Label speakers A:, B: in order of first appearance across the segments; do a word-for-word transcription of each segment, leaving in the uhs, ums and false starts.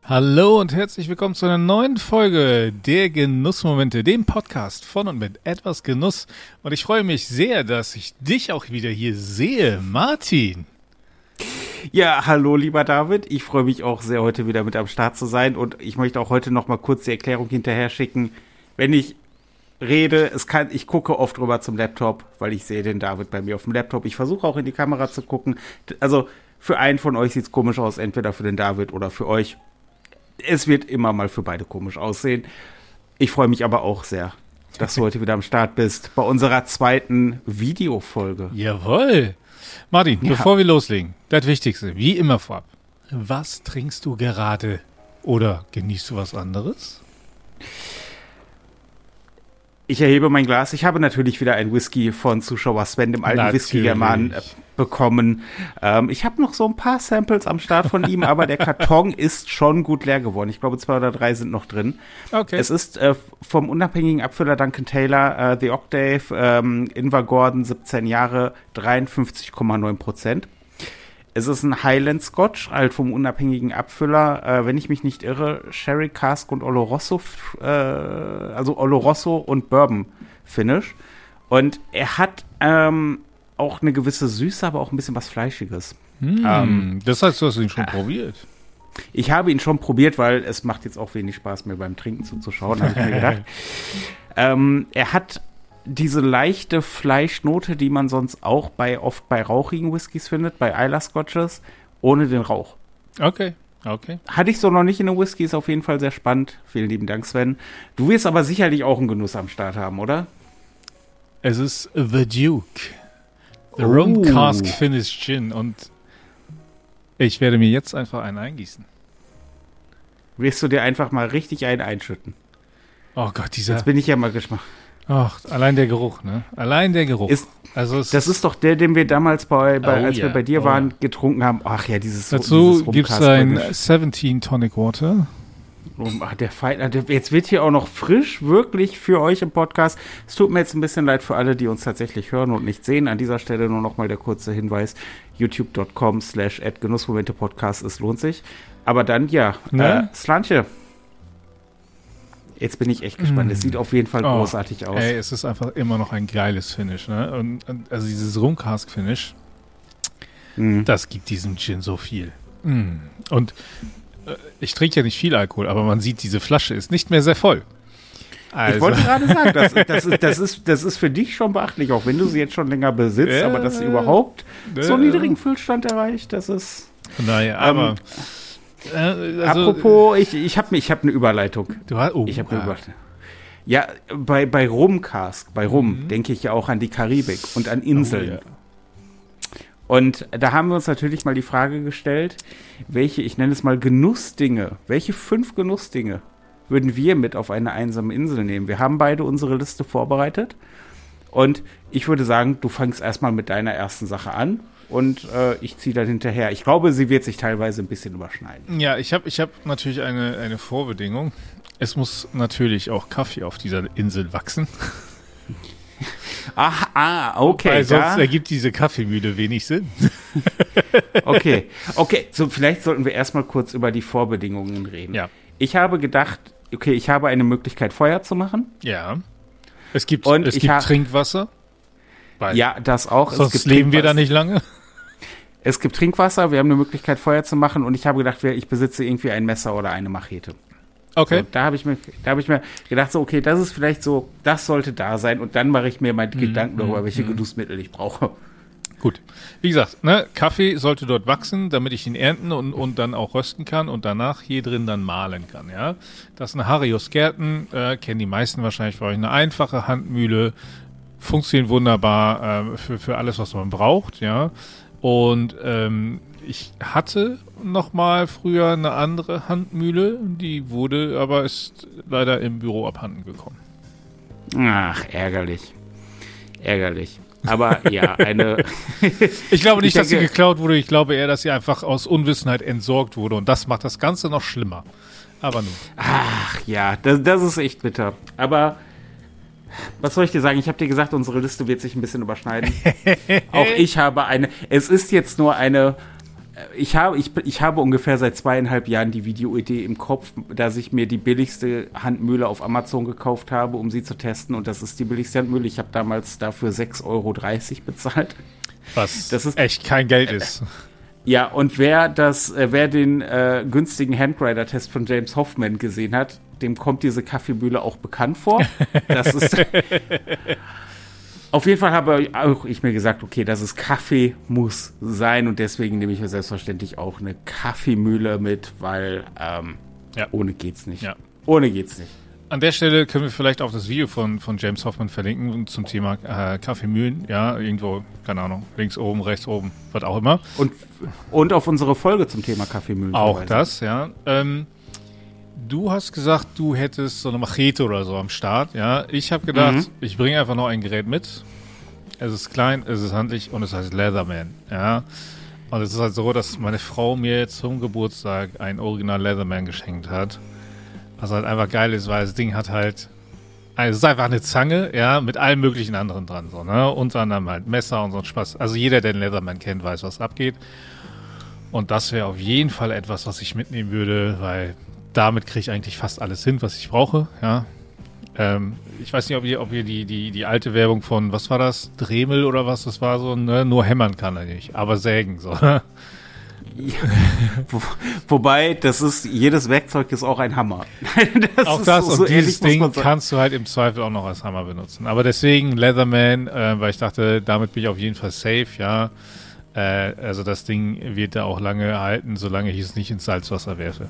A: Hallo und herzlich willkommen zu einer neuen Folge der Genussmomente, dem Podcast von und mit etwas Genuss. Und ich freue mich sehr, dass ich dich auch wieder hier sehe, Martin.
B: Ja, hallo lieber David, ich freue mich auch sehr, heute wieder mit am Start zu sein und ich möchte auch heute noch mal kurz die Erklärung hinterher schicken. Wenn ich rede, es kann, ich gucke oft rüber zum Laptop, weil ich sehe den David bei mir auf dem Laptop. Ich versuche auch in die Kamera zu gucken. Also für einen von euch sieht es komisch aus, entweder für den David oder für euch. Es wird immer mal für beide komisch aussehen. Ich freue mich aber auch sehr, dass du heute wieder am Start bist bei unserer zweiten Videofolge.
A: Jawohl. Martin,
B: Ja.
A: bevor wir loslegen, das Wichtigste, wie immer vorab. Was trinkst du gerade oder genießt du was anderes?
B: Ich erhebe mein Glas. Ich habe natürlich wieder ein Whisky von Zuschauer Sven, dem alten
A: Natürlich.
B: Whisky-German, äh, bekommen. Ähm, ich habe noch so ein paar Samples am Start von ihm, aber der Karton ist schon gut leer geworden. Ich glaube, zwei oder drei sind noch drin.
A: Okay.
B: Es ist äh, vom unabhängigen Abfüller Duncan Taylor, äh, The Octave, ähm, Invergordon, siebzehn Jahre, dreiundfünfzig Komma neun Prozent. Es ist ein Highland Scotch, halt vom unabhängigen Abfüller, äh, wenn ich mich nicht irre, Sherry Cask und Oloroso, äh, also Oloroso und Bourbon Finish. Und er hat ähm, auch eine gewisse Süße, aber auch ein bisschen was Fleischiges.
A: Hm,
B: ähm,
A: das heißt, du hast ihn schon äh, probiert.
B: Ich habe ihn schon probiert, weil es macht jetzt auch wenig Spaß, mir beim Trinken zuzuschauen, habe ich mir gedacht. ähm, er hat diese leichte Fleischnote, die man sonst auch bei oft bei rauchigen Whiskys findet, bei Islay Scotches, ohne den Rauch.
A: Okay, okay.
B: Hatte ich so noch nicht in einem Whisky, ist auf jeden Fall sehr spannend. Vielen lieben Dank, Sven. Du wirst aber sicherlich auch einen Genuss am Start haben, oder?
A: Es ist The Duke. The
B: Oh.
A: Rum Cask Finished Gin. Und ich werde mir jetzt einfach einen eingießen.
B: Wirst du dir einfach mal richtig einen einschütten?
A: Oh Gott, dieser...
B: Jetzt bin ich ja mal gespannt.
A: Ach, allein der Geruch, ne? Allein der Geruch.
B: Ist,
A: also es
B: das ist doch der, den wir damals, bei, bei
A: Oh
B: als
A: ja,
B: wir bei dir
A: oh
B: waren,
A: ja.
B: getrunken haben. Ach ja, dieses
A: Dazu
B: dieses
A: gibt es
B: Rumcast-
A: ein siebzehn Tonic Water.
B: Ach, der Feind, der, jetzt wird hier auch noch frisch, wirklich für euch im Podcast. Es tut mir jetzt ein bisschen leid für alle, die uns tatsächlich hören und nicht sehen. An dieser Stelle nur noch mal der kurze Hinweis. youtube.com slash at Genussmomente Podcast. Es lohnt sich. Aber dann, ja,
A: Ne?
B: äh, Slantje. Jetzt bin ich echt gespannt.
A: Mm.
B: Es sieht auf jeden Fall
A: Oh,
B: großartig aus.
A: Ey, es ist einfach immer noch ein geiles Finish, ne? Und, und also dieses Rum Cask Finish,
B: Mhm.
A: das gibt diesem Gin so viel. Mm. Und äh, ich trinke ja nicht viel Alkohol, aber man sieht, diese Flasche ist nicht mehr sehr voll. Also,
B: Ich wollte gerade sagen, das, das, ist, das, ist, das ist für dich schon beachtlich, auch wenn du sie jetzt schon länger besitzt,
A: Ja.
B: aber dass sie überhaupt so
A: Ja.
B: einen niedrigen Füllstand erreicht, das ist...
A: naja, aber
B: Ähm,
A: äh, also,
B: Apropos, ich, ich habe ich hab eine Überleitung.
A: du hast, oh,
B: Ich habe eine
A: ah,
B: Überleitung. Ja, bei, bei Rum-Cask, bei Rum,
A: Mhm.
B: denke ich ja auch an die Karibik und an Inseln.
A: Oh, ja.
B: Und da haben wir uns natürlich mal die Frage gestellt, welche, ich nenne es mal Genussdinge, welche fünf Genussdinge würden wir mit auf eine einsame Insel nehmen? Wir haben beide unsere Liste vorbereitet und ich würde sagen, du fängst erstmal mit deiner ersten Sache an und äh, ich ziehe dann hinterher. Ich glaube, sie wird sich teilweise ein bisschen überschneiden.
A: Ja, ich habe ich hab natürlich eine, eine Vorbedingung. Es muss natürlich auch Kaffee auf dieser Insel wachsen.
B: Ach, ah, okay.
A: Weil sonst
B: da-
A: ergibt diese Kaffeemühle wenig Sinn.
B: Okay, okay, so vielleicht sollten wir erstmal kurz über die Vorbedingungen reden.
A: Ja.
B: Ich habe gedacht, okay, ich habe eine Möglichkeit, Feuer zu machen.
A: Ja. Es gibt,
B: Und
A: es
B: ich
A: gibt
B: ha-
A: Trinkwasser. Weil
B: Ja, das auch.
A: sonst
B: gibt
A: leben wir da
B: Trinkwasser.
A: nicht lange.
B: Es gibt Trinkwasser, wir haben eine Möglichkeit, Feuer zu machen und ich habe gedacht, ich besitze irgendwie ein Messer oder eine Machete.
A: Okay.
B: So, da habe ich mir, da habe ich mir gedacht, so, okay, das ist vielleicht so, das sollte da sein und dann mache ich mir mal
A: Mhm,
B: Gedanken darüber, welche Genussmittel ich brauche.
A: Gut. Wie gesagt, ne, Kaffee sollte dort wachsen, damit ich ihn ernten und, und dann auch rösten kann und danach hier drin dann mahlen kann, ja. Das ist eine Harius Gärten, äh, kennen die meisten wahrscheinlich für euch. Eine einfache Handmühle, funktioniert wunderbar äh, für, für alles, was man braucht, ja. Und ähm, ich hatte noch mal früher eine andere Handmühle, die wurde, aber ist leider im Büro abhanden gekommen.
B: Ach, ärgerlich. Ärgerlich. Aber ja, eine.
A: Ich glaube nicht,
B: Ich
A: dass sie
B: denke-
A: geklaut wurde. Ich glaube eher, dass sie einfach aus Unwissenheit entsorgt wurde. Und das macht das Ganze noch schlimmer. Aber nun.
B: Ach ja, das, das ist echt bitter. Aber was soll ich dir sagen? Ich habe dir gesagt, unsere Liste wird sich ein bisschen überschneiden. Auch ich habe eine. Es ist jetzt nur eine Ich habe, ich, ich habe ungefähr seit zweieinhalb Jahren die Videoidee im Kopf, dass ich mir die billigste Handmühle auf Amazon gekauft habe, um sie zu testen. Und das ist die billigste Handmühle. Ich habe damals dafür sechs Euro dreißig bezahlt.
A: Was
B: das ist,
A: echt kein Geld ist.
B: Ja, und wer das, äh, wer den äh, günstigen Handgrinder-Test von James Hoffman gesehen hat, dem kommt diese Kaffeemühle auch bekannt vor. Das ist auf jeden Fall habe auch ich mir gesagt, okay, das ist Kaffee muss sein und deswegen nehme ich mir selbstverständlich auch eine Kaffeemühle mit, weil ähm, ja. ohne geht's nicht. Ja. Ohne geht's nicht.
A: An der Stelle können wir vielleicht auch das Video von, von James Hoffman verlinken zum Thema äh, Kaffeemühlen. Ja, irgendwo, keine Ahnung, links oben, rechts oben, was auch immer.
B: Und, und auf unsere Folge zum Thema Kaffeemühlen.
A: Auch das, ja. Ähm, du hast gesagt, du hättest so eine Machete oder so am Start. Ja, ich habe gedacht, mhm. ich bringe einfach noch ein Gerät mit. Es ist klein, es ist handlich und es heißt Leatherman. Ja. Und es ist halt so, dass meine Frau mir jetzt zum Geburtstag ein Original Leatherman geschenkt hat. Was halt einfach geil ist, weil das Ding hat halt, also es ist einfach eine Zange, ja, mit allen möglichen anderen dran, so, ne, unter anderem halt Messer und so ein Spaß. Also jeder, der den Leatherman kennt, weiß, was abgeht. Und das wäre auf jeden Fall etwas, was ich mitnehmen würde, weil damit kriege ich eigentlich fast alles hin, was ich brauche, ja. Ähm, ich weiß nicht, ob ihr, ob ihr die, die, die alte Werbung von, was war das, Dremel oder was, das war so, ne, nur hämmern kann er nicht, aber sägen, so.
B: Ja. Wo, wobei, das ist, jedes Werkzeug ist auch ein Hammer.
A: Das auch das so, und so dieses Ding kannst du halt im Zweifel auch noch als Hammer benutzen. Aber deswegen Leatherman, äh, weil ich dachte, damit bin ich auf jeden Fall safe, ja. Äh, also das Ding wird da auch lange halten, solange ich es nicht ins Salzwasser werfe.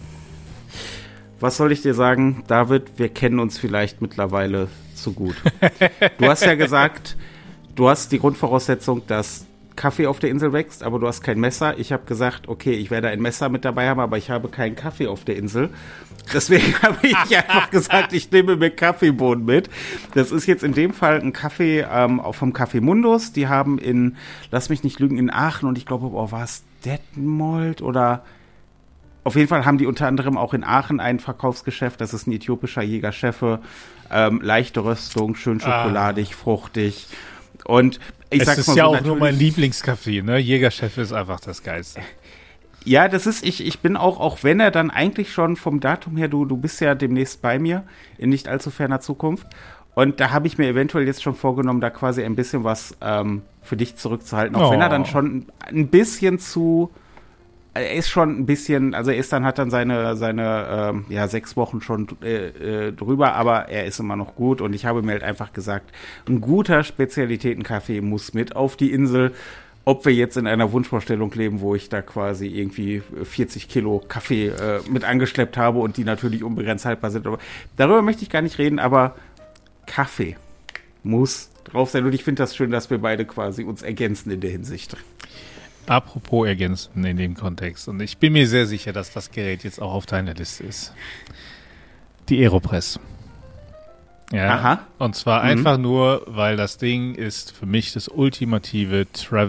B: Was soll ich dir sagen, David? Wir kennen uns vielleicht mittlerweile zu gut. Du hast ja gesagt, du hast die Grundvoraussetzung, dass Kaffee auf der Insel wächst, aber du hast kein Messer. Ich habe gesagt, okay, ich werde ein Messer mit dabei haben, aber ich habe keinen Kaffee auf der Insel. Deswegen habe ich einfach gesagt, ich nehme mir Kaffeebohnen mit. Das ist jetzt in dem Fall ein Kaffee ähm, vom Café Mundus. Die haben in, lass mich nicht lügen, in Aachen und ich glaube, oh, war es Detmold oder auf jeden Fall haben die unter anderem auch in Aachen ein Verkaufsgeschäft. Das ist ein äthiopischer Jägerchefe. Ähm, leichte Röstung, schön schokoladig, ah. fruchtig. Und ich
A: es
B: sag's
A: ist
B: mal
A: ja
B: so,
A: auch nur mein Lieblingskaffee, ne? Jägerchef ist einfach das Geilste.
B: Ja, das ist, ich, ich bin auch, auch wenn er dann eigentlich schon vom Datum her, du, du bist ja demnächst bei mir, in nicht allzu ferner Zukunft. Und da habe ich mir eventuell jetzt schon vorgenommen, da quasi ein bisschen was ähm, für dich zurückzuhalten. Auch oh. wenn er dann schon ein bisschen zu, er ist schon ein bisschen, also er ist dann, hat dann seine, seine ähm, ja, sechs Wochen schon äh, äh, drüber, aber er ist immer noch gut. Und ich habe mir halt einfach gesagt, ein guter Spezialitätenkaffee muss mit auf die Insel. Ob wir jetzt in einer Wunschvorstellung leben, wo ich da quasi irgendwie vierzig Kilo Kaffee äh, mit angeschleppt habe und die natürlich unbegrenzt haltbar sind. Aber darüber möchte ich gar nicht reden, aber Kaffee muss drauf sein. Und ich finde das schön, dass wir beide quasi uns ergänzen in der Hinsicht.
A: Apropos ergänzen in dem Kontext. Und ich bin mir sehr sicher, dass das Gerät jetzt auch auf deiner Liste ist. Die Aeropress. Ja, aha. Und zwar mhm. einfach nur, weil das Ding ist für mich das ultimative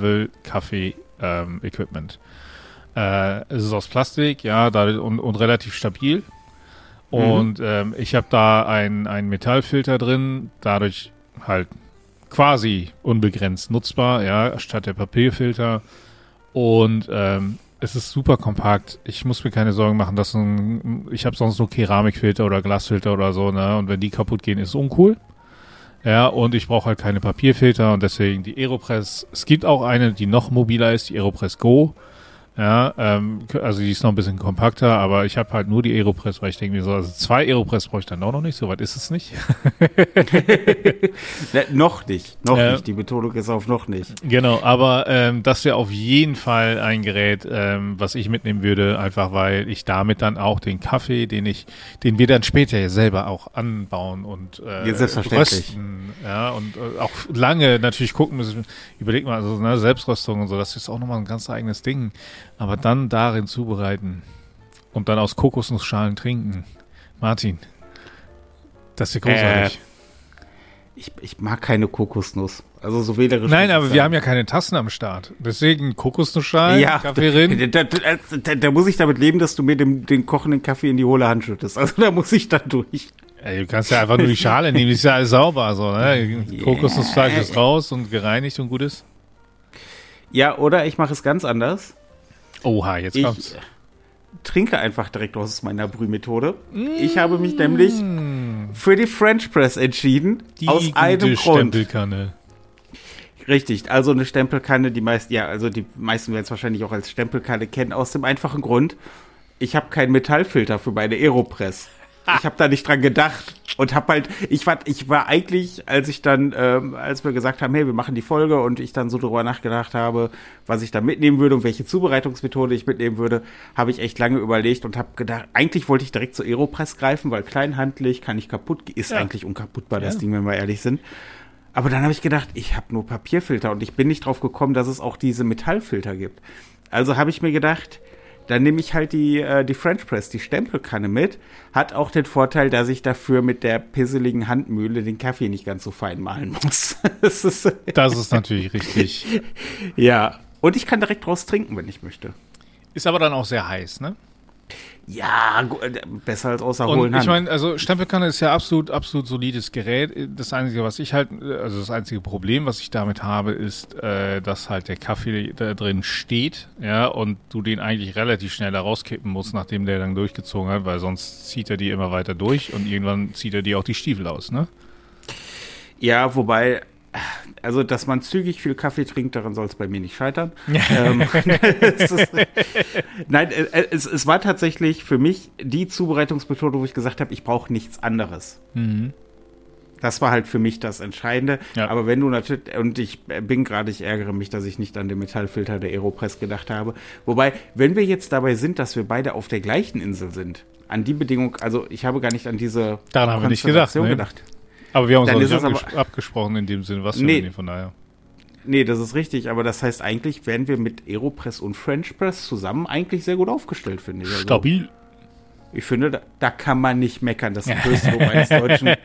A: Travel-Kaffee-Equipment. Ähm, äh, es ist aus Plastik, ja, da, und, und relativ stabil. Und mhm. ähm, ich habe da einen Metallfilter drin, dadurch halt quasi unbegrenzt nutzbar, ja, statt der Papierfilter. Und ähm, es ist super kompakt. Ich muss mir keine Sorgen machen, dass ein, ich habe sonst nur Keramikfilter oder Glasfilter oder so, ne? Und wenn die kaputt gehen, ist es uncool. Ja, und ich brauche halt keine Papierfilter und deswegen die Aeropress. Es gibt auch eine, die noch mobiler ist, die Aeropress Go. Ja, ähm, also die ist noch ein bisschen kompakter, aber ich habe halt nur die Aeropress, weil ich denke mir so, also zwei Aeropress brauche ich dann auch noch nicht, so weit ist es nicht.
B: ne, noch nicht, noch
A: äh,
B: nicht, die Betonung ist auf noch nicht.
A: Genau, aber ähm, das wäre auf jeden Fall ein Gerät, ähm, was ich mitnehmen würde, einfach weil ich damit dann auch den Kaffee, den ich, den wir dann später ja selber auch anbauen und äh,
B: ja, selbstverständlich.
A: rösten, ja, und äh, auch lange natürlich gucken müssen, überleg mal, also ne, Selbströstung und so, das ist auch nochmal ein ganz eigenes Ding. Aber dann darin zubereiten und dann aus Kokosnussschalen trinken. Martin, das ist ja großartig. Äh,
B: ich, ich mag keine Kokosnuss. Also so wählerisch.
A: Nein, aber wir haben ja keine Tassen am Start. Deswegen Kokosnussschalen, ja, Kaffee rein.
B: Da, da, da, da muss ich damit leben, dass du mir den, den kochenden Kaffee in die hohle Hand schüttest. Also da muss ich dann durch.
A: Ja, du kannst ja einfach nur die Schale nehmen, die ist ja alles sauber. So, ne? Yeah. Kokosnussfleisch ist raus und gereinigt und gut ist.
B: Ja, oder ich mache es ganz anders.
A: Oha, jetzt kommt's.
B: Ich trinke einfach direkt aus meiner Brühmethode. Mm. Ich habe mich nämlich für die French Press entschieden.
A: Die
B: aus einem
A: gute
B: Grund.
A: Stempelkanne.
B: Richtig, also eine Stempelkanne, die meisten, ja, also die meisten werden es wahrscheinlich auch als Stempelkanne kennen, aus dem einfachen Grund, ich habe keinen Metallfilter für meine Aeropress. Ich habe da nicht dran gedacht und habe halt, ich war, ich war eigentlich, als ich dann, ähm, als wir gesagt haben, hey, wir machen die Folge und ich dann so drüber nachgedacht habe, was ich da mitnehmen würde und welche Zubereitungsmethode ich mitnehmen würde, habe ich echt lange überlegt und habe gedacht, eigentlich wollte ich direkt zur Aeropress greifen, weil kleinhandlich, kann nicht kaputt, ist ja. eigentlich unkaputtbar, das ja. Ding, wenn wir ehrlich sind. Aber dann habe ich gedacht, ich habe nur Papierfilter und ich bin nicht drauf gekommen, dass es auch diese Metallfilter gibt. Also habe ich mir gedacht, dann nehme ich halt die, äh, die French Press, die Stempelkanne mit. Hat auch den Vorteil, dass ich dafür mit der pisseligen Handmühle den Kaffee nicht ganz so fein mahlen muss. das, ist
A: das ist natürlich richtig.
B: Ja, und ich kann direkt draus trinken, wenn ich möchte.
A: Ist aber dann auch sehr heiß, ne?
B: Ja, besser als außer hohlen Hand.
A: Ich meine, also Stempelkanne ist ja absolut, absolut solides Gerät. Das Einzige, was ich halt, also das einzige Problem, was ich damit habe, ist, äh, dass halt der Kaffee da drin steht, ja, und du den eigentlich relativ schnell da rauskippen musst, nachdem der dann durchgezogen hat, weil sonst zieht er die immer weiter durch und irgendwann zieht er dir auch die Stiefel aus, ne?
B: Ja, wobei, also, dass man zügig viel Kaffee trinkt, daran soll es bei mir nicht scheitern. ähm, es ist, nein, es, es war tatsächlich für mich die Zubereitungsmethode, wo ich gesagt habe, ich brauche nichts anderes. Mhm. Das war halt für mich das Entscheidende. Ja. Aber wenn du natürlich, und ich bin gerade, ich ärgere mich, dass ich nicht an den Metallfilter der Aeropress gedacht habe. Wobei, wenn wir jetzt dabei sind, dass wir beide auf der gleichen Insel sind, an die Bedingung, also ich habe gar nicht an diese
A: Daran haben wir nicht gedacht, ne? gedacht. Aber wir haben uns auch nicht abges- aber, abgesprochen in dem Sinn, was wir
B: nee,
A: nehmen, von daher.
B: Nee, das ist richtig, aber das heißt eigentlich, wären wir mit Aeropress und French Press zusammen eigentlich sehr gut aufgestellt, finde ich. Also,
A: stabil.
B: Ich finde, da, da kann man nicht meckern. Das ist das höchste Lob eines Deutschen.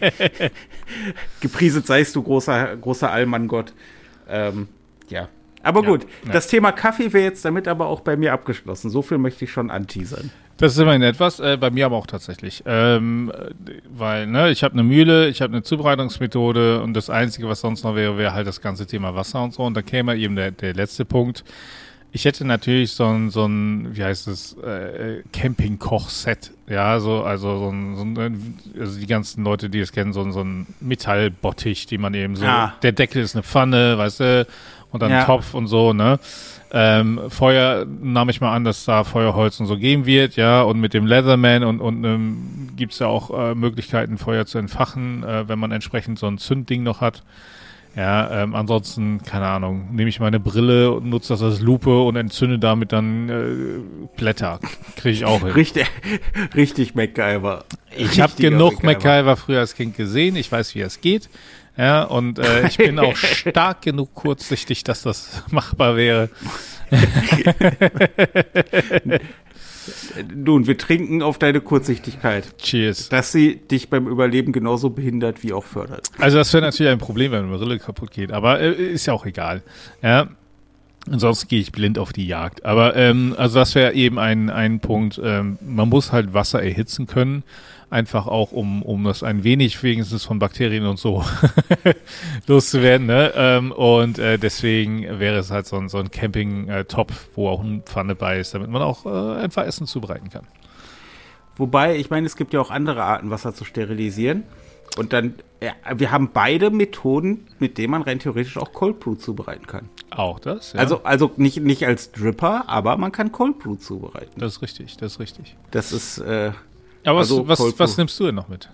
B: Geprieset seist du, großer, großer Allmann-Gott. Ähm, ja. Aber ja, gut, ja. Das Thema Kaffee wäre jetzt damit aber auch bei mir abgeschlossen. So viel möchte ich schon anteasern.
A: Das ist immerhin etwas, äh, bei mir aber auch tatsächlich. Ähm, weil, ne, ich habe eine Mühle, ich habe eine Zubereitungsmethode und das Einzige, was sonst noch wäre, wäre halt das ganze Thema Wasser und so. Und da käme eben der, der letzte Punkt. Ich hätte natürlich so ein, so ein, wie heißt es, äh, Camping-Koch-Set. Ja, so, also so ein, so ein, also die ganzen Leute, die es kennen, so ein, so ein Metallbottich, die man eben so, ah. der Deckel ist eine Pfanne, weißt du, und dann ja. ein Topf und so, ne. Ähm, Feuer nahm ich mal an, dass da Feuerholz und so geben wird, ja, und mit dem Leatherman und, und ähm, gibt's ja auch äh, Möglichkeiten, Feuer zu entfachen, äh, wenn man entsprechend so ein Zündding noch hat. Ja, ähm, ansonsten, keine Ahnung, nehme ich meine Brille und nutze das als Lupe und entzünde damit dann äh, Blätter. Kriege ich auch hin.
B: Richtig, richtig MacGyver.
A: Ich habe genug MacGyver. MacGyver früher als Kind gesehen, ich weiß, wie es geht. Ja, und äh, ich bin auch stark genug kurzsichtig, dass das machbar wäre.
B: Nun, wir trinken auf deine Kurzsichtigkeit.
A: Cheers.
B: Dass sie dich beim Überleben genauso behindert wie auch fördert.
A: Also das wäre natürlich ein Problem, wenn eine Brille kaputt geht, aber äh, ist ja auch egal. Ja. Ansonsten gehe ich blind auf die Jagd. Aber ähm, also das wäre eben ein, ein Punkt. Ähm, man muss halt Wasser erhitzen können. Einfach auch, um, um das ein wenig wenigstens von Bakterien und so loszuwerden, ne? Ähm, und äh, deswegen wäre es halt so ein, so ein Camping-Topf, wo auch eine Pfanne bei ist, damit man auch äh, einfach Essen zubereiten kann.
B: Wobei, ich meine, es gibt ja auch andere Arten, Wasser zu sterilisieren. Und dann, ja, wir haben beide Methoden, mit denen man rein theoretisch auch Cold Brew zubereiten kann.
A: Auch das, ja.
B: Also, also nicht, nicht als Dripper, aber man kann Cold Brew zubereiten.
A: Das ist richtig, das ist richtig.
B: Das ist, äh,
A: Aber also was, was, was nimmst du denn noch mit?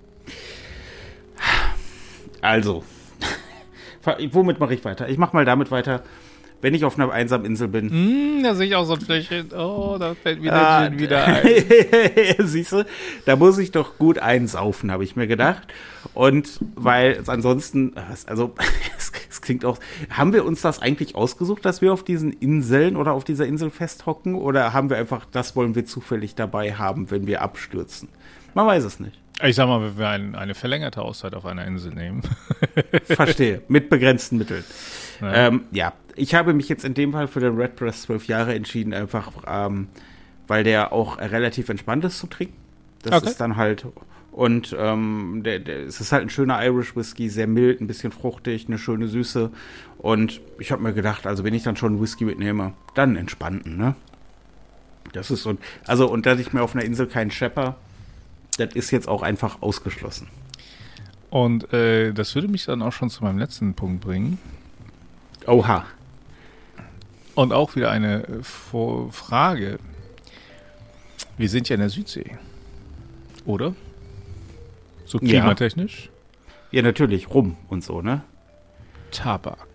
B: Also, womit mache ich weiter? Ich mache mal damit weiter, wenn ich auf einer einsamen Insel bin.
A: Mm, da sehe ich auch so ein Fläschchen. Oh, da fällt mir der
B: ah,
A: Gin wieder ein.
B: Siehst du, da muss ich doch gut einsaufen, habe ich mir gedacht. Und weil es ansonsten, also es, es klingt auch, haben wir uns das eigentlich ausgesucht, dass wir auf diesen Inseln oder auf dieser Insel festhocken? Oder haben wir einfach, das wollen wir zufällig dabei haben, wenn wir abstürzen? Man weiß es nicht.
A: Ich sag mal, wenn wir ein, eine verlängerte Auszeit auf einer Insel nehmen.
B: Verstehe, mit begrenzten Mitteln. Ja. Ähm, ja, ich habe mich jetzt in dem Fall für den Redbreast zwölf Jahre entschieden, einfach, ähm, weil der auch relativ entspannt ist zu trinken. Das okay. ist dann halt Und ähm, der, der, es ist halt ein schöner Irish Whisky, sehr mild, ein bisschen fruchtig, eine schöne Süße. Und ich habe mir gedacht, also wenn ich dann schon einen Whisky mitnehme, dann einen entspannten, ne? Das ist so, also und dass ich mir auf einer Insel keinen schepper, das ist jetzt auch einfach ausgeschlossen.
A: Und äh, das würde mich dann auch schon zu meinem letzten Punkt bringen.
B: Oha.
A: Und auch wieder eine äh, Vor- Frage. Wir sind ja in der Südsee, oder? So klimatechnisch?
B: Ja, ja, natürlich, Rum und so, ne?
A: Tabak.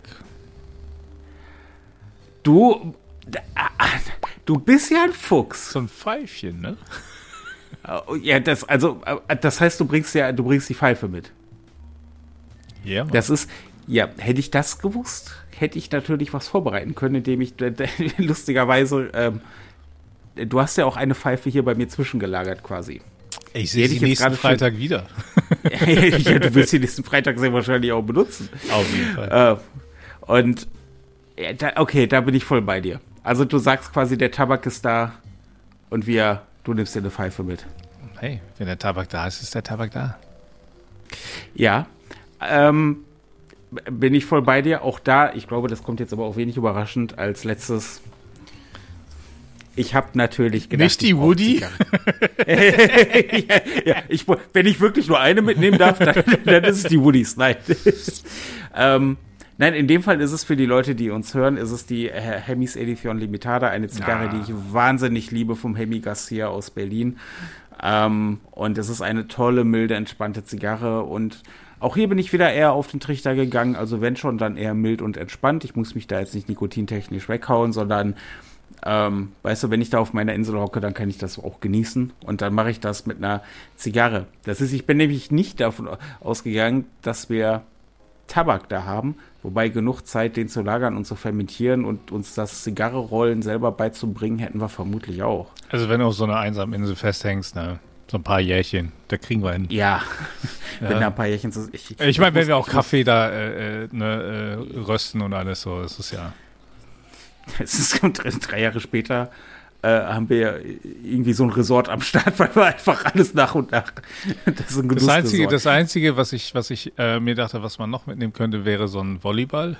B: Du, du bist ja ein Fuchs.
A: So ein Pfeifchen, ne?
B: Ja, das, also, das heißt, du bringst ja, du bringst die Pfeife mit.
A: Ja.
B: Das ist, ja, hätte ich das gewusst, hätte ich natürlich was vorbereiten können, indem ich lustigerweise, ähm, du hast ja auch eine Pfeife hier bei mir zwischengelagert quasi.
A: Ich sehe dich nächsten Freitag schon wieder.
B: Ja, du willst die nächsten Freitag sehr wahrscheinlich auch benutzen.
A: Auf jeden Fall.
B: Äh, und ja, da, okay, da bin ich voll bei dir. Also du sagst quasi, der Tabak ist da und wir, du nimmst dir eine Pfeife mit.
A: Hey, wenn der Tabak da ist, ist der Tabak da.
B: Ja, ähm, bin ich voll bei dir. Auch da, ich glaube, das kommt jetzt aber auch wenig überraschend als letztes. Ich habe natürlich gedacht,
A: nicht die Woody?
B: ja, ja, ich, wenn ich wirklich nur eine mitnehmen darf, dann, dann ist es die Woodies. Nein. ähm, nein, in dem Fall ist es für die Leute, die uns hören, ist es die Hemis Edition Limitada, eine Zigarre, ah. die ich wahnsinnig liebe, vom Hemi Garcia aus Berlin. Ähm, und es ist eine tolle, milde, entspannte Zigarre. Und auch hier bin ich wieder eher auf den Trichter gegangen. Also wenn schon, dann eher mild und entspannt. Ich muss mich da jetzt nicht nikotintechnisch weghauen, sondern Ähm, weißt du, wenn ich da auf meiner Insel hocke, dann kann ich das auch genießen und dann mache ich das mit einer Zigarre. Das ist, ich bin nämlich nicht davon ausgegangen, dass wir Tabak da haben, wobei genug Zeit, den zu lagern und zu fermentieren und uns das Zigarre-Rollen selber beizubringen, hätten wir vermutlich auch.
A: Also wenn du auf so einer einsamen Insel festhängst, ne, so ein paar Jährchen, da kriegen wir hin.
B: Ja,
A: ja.
B: wenn da ein paar Jährchen so. Ich,
A: ich, ich meine, wenn wir auch Kaffee da äh, ne, äh, rösten und alles so, das ist ja.
B: Es ist drei Jahre später, äh, haben wir irgendwie so ein Resort am Start, weil wir einfach alles nach und nach. Das ist ein
A: das Einzige, das Einzige, was ich, was ich äh, mir dachte, was man noch mitnehmen könnte, wäre so ein Volleyball.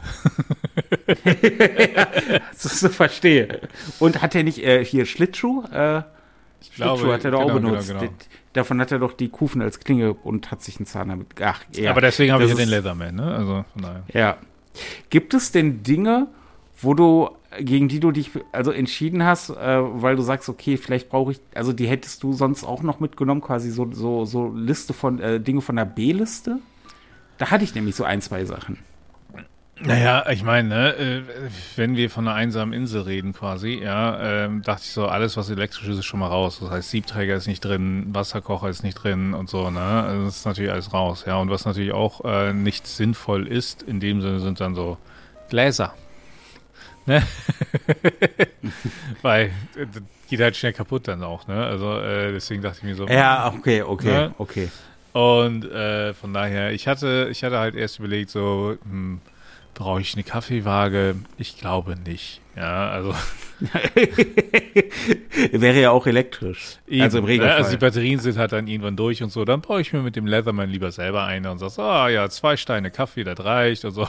B: Ja, das ist, verstehe. Und hat er nicht äh, hier Schlittschuh? Äh,
A: ich glaube,
B: Schlittschuh hat er doch
A: genau,
B: auch benutzt.
A: Genau, genau.
B: Davon hat er doch die Kufen als Klinge und hat sich einen Zahn damit. Ach, ja.
A: Aber deswegen habe ich ja den Leatherman, ne? Also von daher.
B: Ja. Gibt es denn Dinge, wo du, gegen die du dich also entschieden hast, äh, weil du sagst, okay, vielleicht brauche ich, also die hättest du sonst auch noch mitgenommen, quasi so, so, so Liste von, äh, Dinge von der B-Liste? Da hatte ich nämlich so ein, zwei Sachen.
A: Naja, ich meine, ne, äh, wenn wir von einer einsamen Insel reden quasi, ja, ähm, dachte ich so, alles, was elektrisch ist, ist schon mal raus. Das heißt, Siebträger ist nicht drin, Wasserkocher ist nicht drin und so, ne, also das ist natürlich alles raus, ja, und was natürlich auch äh, nicht sinnvoll ist, in dem Sinne sind dann so Gläser. Ne? Weil äh, geht halt schnell kaputt dann auch, ne? Also äh, deswegen dachte ich mir so.
B: Ja, okay, okay, ne? okay.
A: Und äh, von daher, ich hatte, ich hatte halt erst überlegt, so, hm, brauche ich eine Kaffeewaage? Ich glaube nicht. Ja, also.
B: Wäre ja auch elektrisch.
A: Eben, also im Regelfall. Also die Batterien sind halt dann irgendwann durch und so. Dann baue ich mir mit dem Leatherman lieber selber eine und sag so, ah ja, zwei Steine Kaffee, das reicht und so.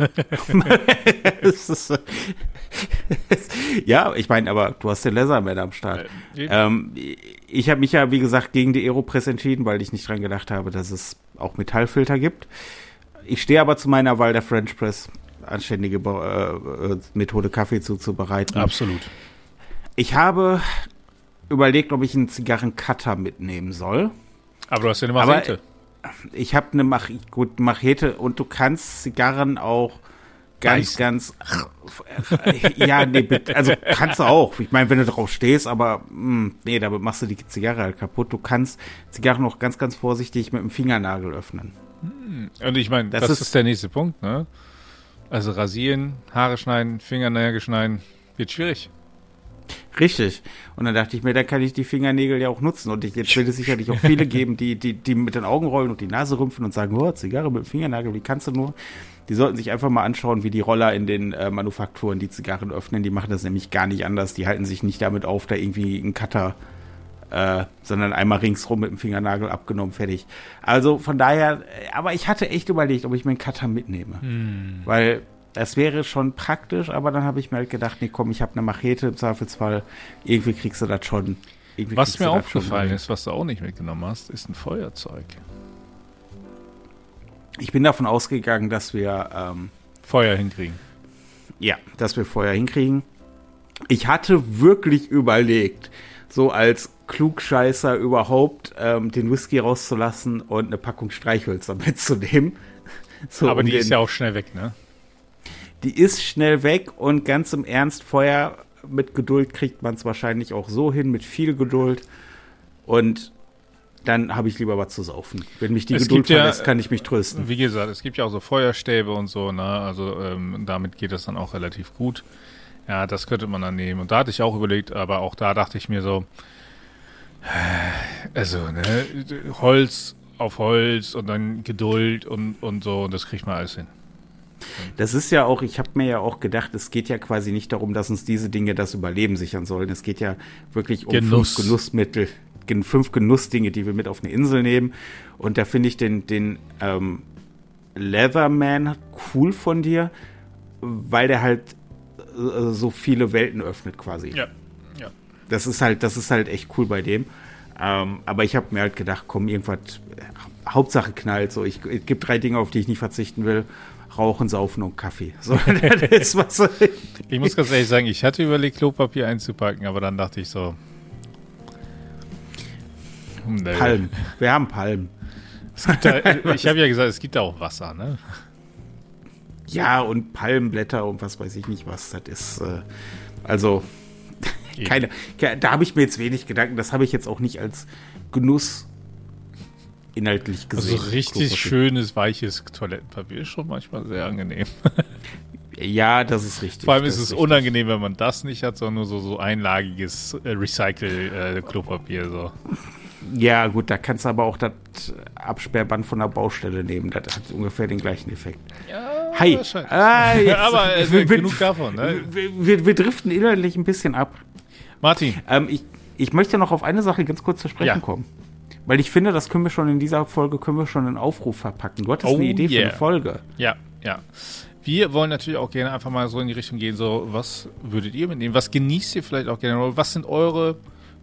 B: Ja, ich meine, aber du hast den Leatherman am Start. Äh, ähm, ich habe mich ja, wie gesagt, gegen die Aeropress entschieden, weil ich nicht dran gedacht habe, dass es auch Metallfilter gibt. Ich stehe aber zu meiner Wahl der French Press, anständige äh, Methode, Kaffee zuzubereiten.
A: Absolut.
B: Ich habe überlegt, ob ich einen Zigarrencutter mitnehmen soll.
A: Aber du hast ja eine Machete.
B: Aber ich habe eine Mach gut, Machete und du kannst Zigarren auch ganz, ganz ja, nee, also kannst du auch. Ich meine, wenn du drauf stehst, aber mh, nee, damit machst du die Zigarre halt kaputt. Du kannst Zigarren auch ganz, ganz vorsichtig mit dem Fingernagel öffnen.
A: Und ich meine, das, das ist, ist der nächste Punkt, ne? Also rasieren, Haare schneiden, Fingernägel schneiden, wird schwierig.
B: Richtig. Und dann dachte ich mir, da kann ich die Fingernägel ja auch nutzen. Und ich, jetzt wird es sicherlich auch viele geben, die, die, die mit den Augen rollen und die Nase rümpfen und sagen, oh, Zigarre mit dem Fingernagel, wie kannst du nur? Die sollten sich einfach mal anschauen, wie die Roller in den äh, Manufakturen die Zigarren öffnen. Die machen das nämlich gar nicht anders. Die halten sich nicht damit auf, da irgendwie einen Cutter äh, sondern einmal ringsrum mit dem Fingernagel abgenommen, fertig. Also von daher, aber ich hatte echt überlegt, ob ich mir einen Cutter mitnehme. Hm. Weil das wäre schon praktisch, aber dann habe ich mir halt gedacht, nee, komm, ich habe eine Machete im Zweifelsfall, irgendwie kriegst du das schon.
A: Was mir aufgefallen ist, was du auch nicht mitgenommen hast, ist ein Feuerzeug.
B: Ich bin davon ausgegangen, dass wir ähm,
A: Feuer hinkriegen.
B: Ja, dass wir Feuer hinkriegen. Ich hatte wirklich überlegt, so als Klugscheißer überhaupt ähm, den Whisky rauszulassen und eine Packung Streichhölzer mitzunehmen. So,
A: aber
B: um
A: die
B: den,
A: ist ja auch schnell weg, ne?
B: Die ist schnell weg und ganz im Ernst, Feuer mit Geduld kriegt man es wahrscheinlich auch so hin, mit viel Geduld. Und dann habe ich lieber was zu saufen. Wenn mich die
A: es
B: Geduld verlässt,
A: ja,
B: kann ich mich trösten.
A: Wie gesagt, es gibt ja auch so Feuerstäbe und so, ne? Also ähm, damit geht das dann auch relativ gut. Ja, das könnte man dann nehmen. Und da hatte ich auch überlegt, aber auch da dachte ich mir so, also, ne, Holz auf Holz und dann Geduld und, und so, und das kriegt man alles hin.
B: Das ist ja auch, ich habe mir ja auch gedacht, es geht ja quasi nicht darum, dass uns diese Dinge das Überleben sichern sollen. Es geht ja wirklich um
A: Genuss.
B: fünf Genussmittel, fünf Genussdinge, die wir mit auf eine Insel nehmen. Und da finde ich den, den ähm, Leatherman cool von dir, weil der halt äh, so viele Welten öffnet quasi.
A: Ja, ja.
B: Das ist halt, das ist halt echt cool bei dem. Ähm, aber ich habe mir halt gedacht, komm, irgendwas, äh, Hauptsache knallt. So, ich, es gibt drei Dinge, auf die ich nicht verzichten will. Rauchen, Saufen und Kaffee. So, das ist was.
A: Ich muss ganz ehrlich sagen, ich hatte überlegt, Klopapier einzupacken, aber dann dachte ich so.
B: Nee. Palmen. Wir haben Palmen.
A: Es gibt da, ich habe ja gesagt, es gibt da auch Wasser, ne?
B: Ja, und Palmenblätter und was weiß ich nicht was. Das ist, äh, also, keine, da habe ich mir jetzt wenig Gedanken. Das habe ich jetzt auch nicht als Genuss inhaltlich gesehen.
A: Also richtig schönes, weiches Toilettenpapier ist schon manchmal sehr angenehm.
B: Ja, das ist richtig.
A: Vor allem ist es
B: richtig.
A: unangenehm, wenn man das nicht hat, sondern nur so, so einlagiges äh, Recycle-Klopapier. Äh, so.
B: Ja, gut, da kannst du aber auch das Absperrband von der Baustelle nehmen. Das hat ungefähr den gleichen Effekt.
A: Ja,
B: Hi. Ah, jetzt,
A: aber äh,
B: wir,
A: genug davon. Ne?
B: Wir, wir, wir driften inhaltlich ein bisschen ab.
A: Martin.
B: Ähm, ich, ich möchte noch auf eine Sache ganz kurz zu sprechen ja. kommen. Weil ich finde, das können wir schon in dieser Folge, können wir schon einen Aufruf verpacken. Du hattest
A: oh,
B: eine Idee
A: yeah.
B: für eine Folge.
A: Ja, ja. Wir wollen natürlich auch gerne einfach mal so in die Richtung gehen, so, was würdet ihr mitnehmen? Was genießt ihr vielleicht auch gerne? Was sind eure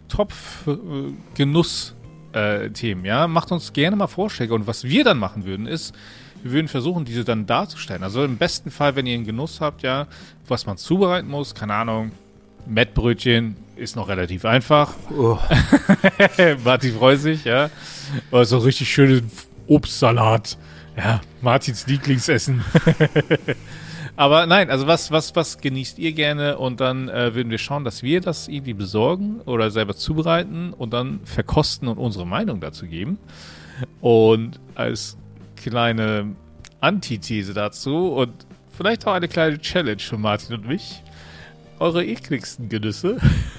A: Top-Genuss-Themen? Ja, macht uns gerne mal Vorschläge. Und was wir dann machen würden, ist, wir würden versuchen, diese dann darzustellen. Also im besten Fall, wenn ihr einen Genuss habt, ja, was man zubereiten muss, keine Ahnung, Mettbrötchen ist noch relativ einfach. Oh. Martin freut sich, ja. Oder so richtig schönes Obstsalat. Ja, Martins Lieblingsessen. Aber nein, also was, was, was genießt ihr gerne? Und dann äh, würden wir schauen, dass wir das irgendwie besorgen oder selber zubereiten und dann verkosten und unsere Meinung dazu geben. Und als kleine Antithese dazu und vielleicht auch eine kleine Challenge für Martin und mich, eure ekligsten Genüsse.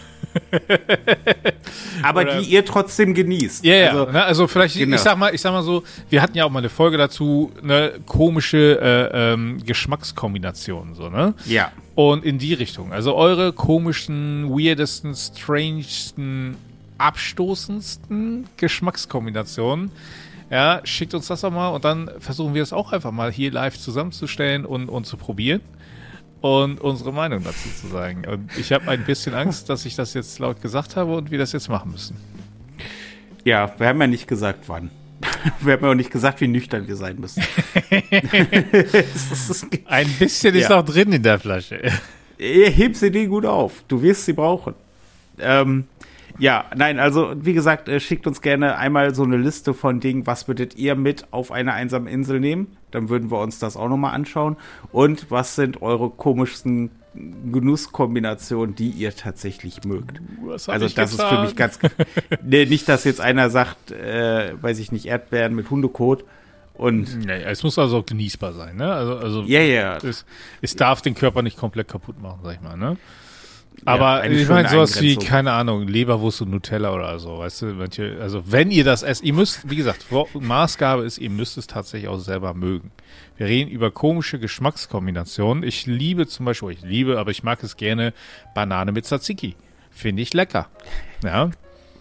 B: Aber oder, die ihr trotzdem genießt.
A: Ja, yeah, also, ne, also vielleicht, genau. ich sag mal, ich sag mal so, wir hatten ja auch mal eine Folge dazu, eine komische äh, ähm, Geschmackskombinationen, so, ne?
B: Ja.
A: Und in die Richtung. Also eure komischen, weirdesten, strangesten, abstoßendsten Geschmackskombinationen. Ja, schickt uns das doch mal und dann versuchen wir es auch einfach mal hier live zusammenzustellen und, und zu probieren. Und unsere Meinung dazu zu sagen. Und ich habe ein bisschen Angst, dass ich das jetzt laut gesagt habe und wir das jetzt machen müssen.
B: Ja, wir haben ja nicht gesagt, wann. Wir haben ja auch nicht gesagt, wie nüchtern wir sein müssen.
A: Ein bisschen ist
B: ja.
A: auch drin in der Flasche.
B: Heb sie dir gut auf. Du wirst sie brauchen. Ähm, ja, nein, also wie gesagt, äh, schickt uns gerne einmal so eine Liste von Dingen, was würdet ihr mit auf eine einsame Insel nehmen? Dann würden wir uns das auch nochmal anschauen. Und was sind eure komischsten Genusskombinationen, die ihr tatsächlich mögt? Also das ist für mich ganz... nee, nicht, dass jetzt einer sagt, äh, weiß ich nicht, Erdbeeren mit Hundekot. Und
A: nee, es muss also auch genießbar sein, ne? Also, also
B: ja, ja.
A: Es, es darf den Körper nicht komplett kaputt machen, sag ich mal, ne? Aber ja, ich meine, sowas wie, keine Ahnung, Leberwurst und Nutella oder so, weißt du, manche, also wenn ihr das esst, ihr müsst, wie gesagt, Maßgabe ist, ihr müsst es tatsächlich auch selber mögen. Wir reden über komische Geschmackskombinationen. Ich liebe zum Beispiel, ich liebe, aber ich mag es gerne, Banane mit Tzatziki. Finde ich lecker. Ja.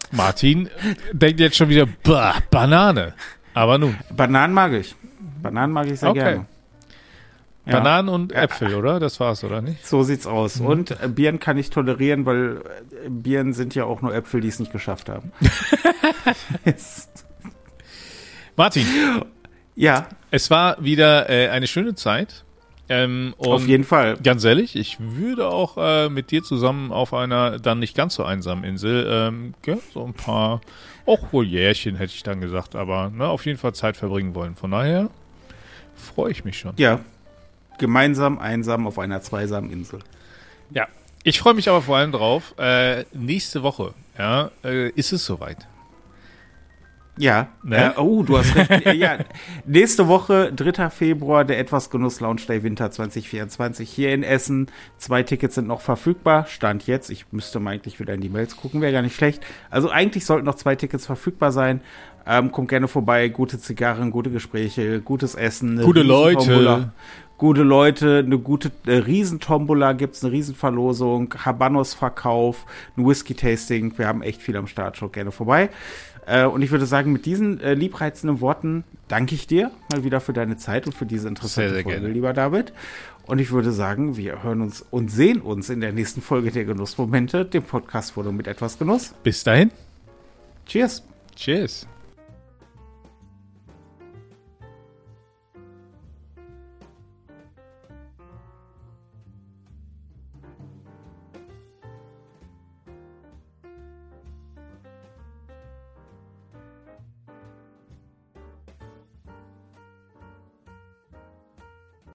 A: Martin denkt jetzt schon wieder, bah, Banane. Aber nun.
B: Bananen mag ich. Bananen mag ich sehr
A: Okay.
B: gerne. Ja.
A: Bananen und Äpfel, oder? Das war's, oder nicht?
B: So sieht's aus.
A: Mhm.
B: Und äh, Birnen kann ich tolerieren, weil äh, Birnen sind ja auch nur Äpfel, die es nicht geschafft haben. Yes.
A: Martin,
B: Ja,
A: es war wieder äh, eine schöne Zeit. Ähm, und
B: auf jeden Fall.
A: Ganz ehrlich, ich würde auch äh, mit dir zusammen auf einer dann nicht ganz so einsamen Insel ähm, ja, so ein paar, auch wohl Jährchen hätte ich dann gesagt, aber ne, auf jeden Fall Zeit verbringen wollen. Von daher freue ich mich schon.
B: Ja, gemeinsam, einsam auf einer zweisamen Insel.
A: Ja, ich freue mich aber vor allem drauf. Äh, nächste Woche, ja, äh, ist es soweit.
B: Ja,
A: Ne?
B: äh, oh, du hast recht. Äh, ja, nächste Woche, dritter Februar, der Etwas Genuss Lounge Day Winter zwanzig vierundzwanzig hier in Essen. Zwei Tickets sind noch verfügbar, Stand jetzt. Ich müsste mal eigentlich wieder in die Mails gucken, wäre gar nicht schlecht. Also eigentlich sollten noch zwei Tickets verfügbar sein. Ähm, kommt gerne vorbei, gute Zigarren, gute Gespräche, gutes Essen. eine
A: Gute
B: Riesentombola.
A: Leute.
B: Gute Leute, eine gute äh, Riesentombola gibt's, eine Riesenverlosung, Habanos-Verkauf, ein Whisky-Tasting. Wir haben echt viel am Start, schaut gerne vorbei. Äh, und ich würde sagen, mit diesen äh, liebreizenden Worten danke ich dir mal wieder für deine Zeit und für diese interessante
A: Sehr, sehr
B: Folge,
A: gerne.
B: lieber David. Und ich würde sagen, wir hören uns und sehen uns in der nächsten Folge der Genussmomente, dem Podcast-Foto mit etwas Genuss.
A: Bis dahin.
B: Cheers!
A: Cheers.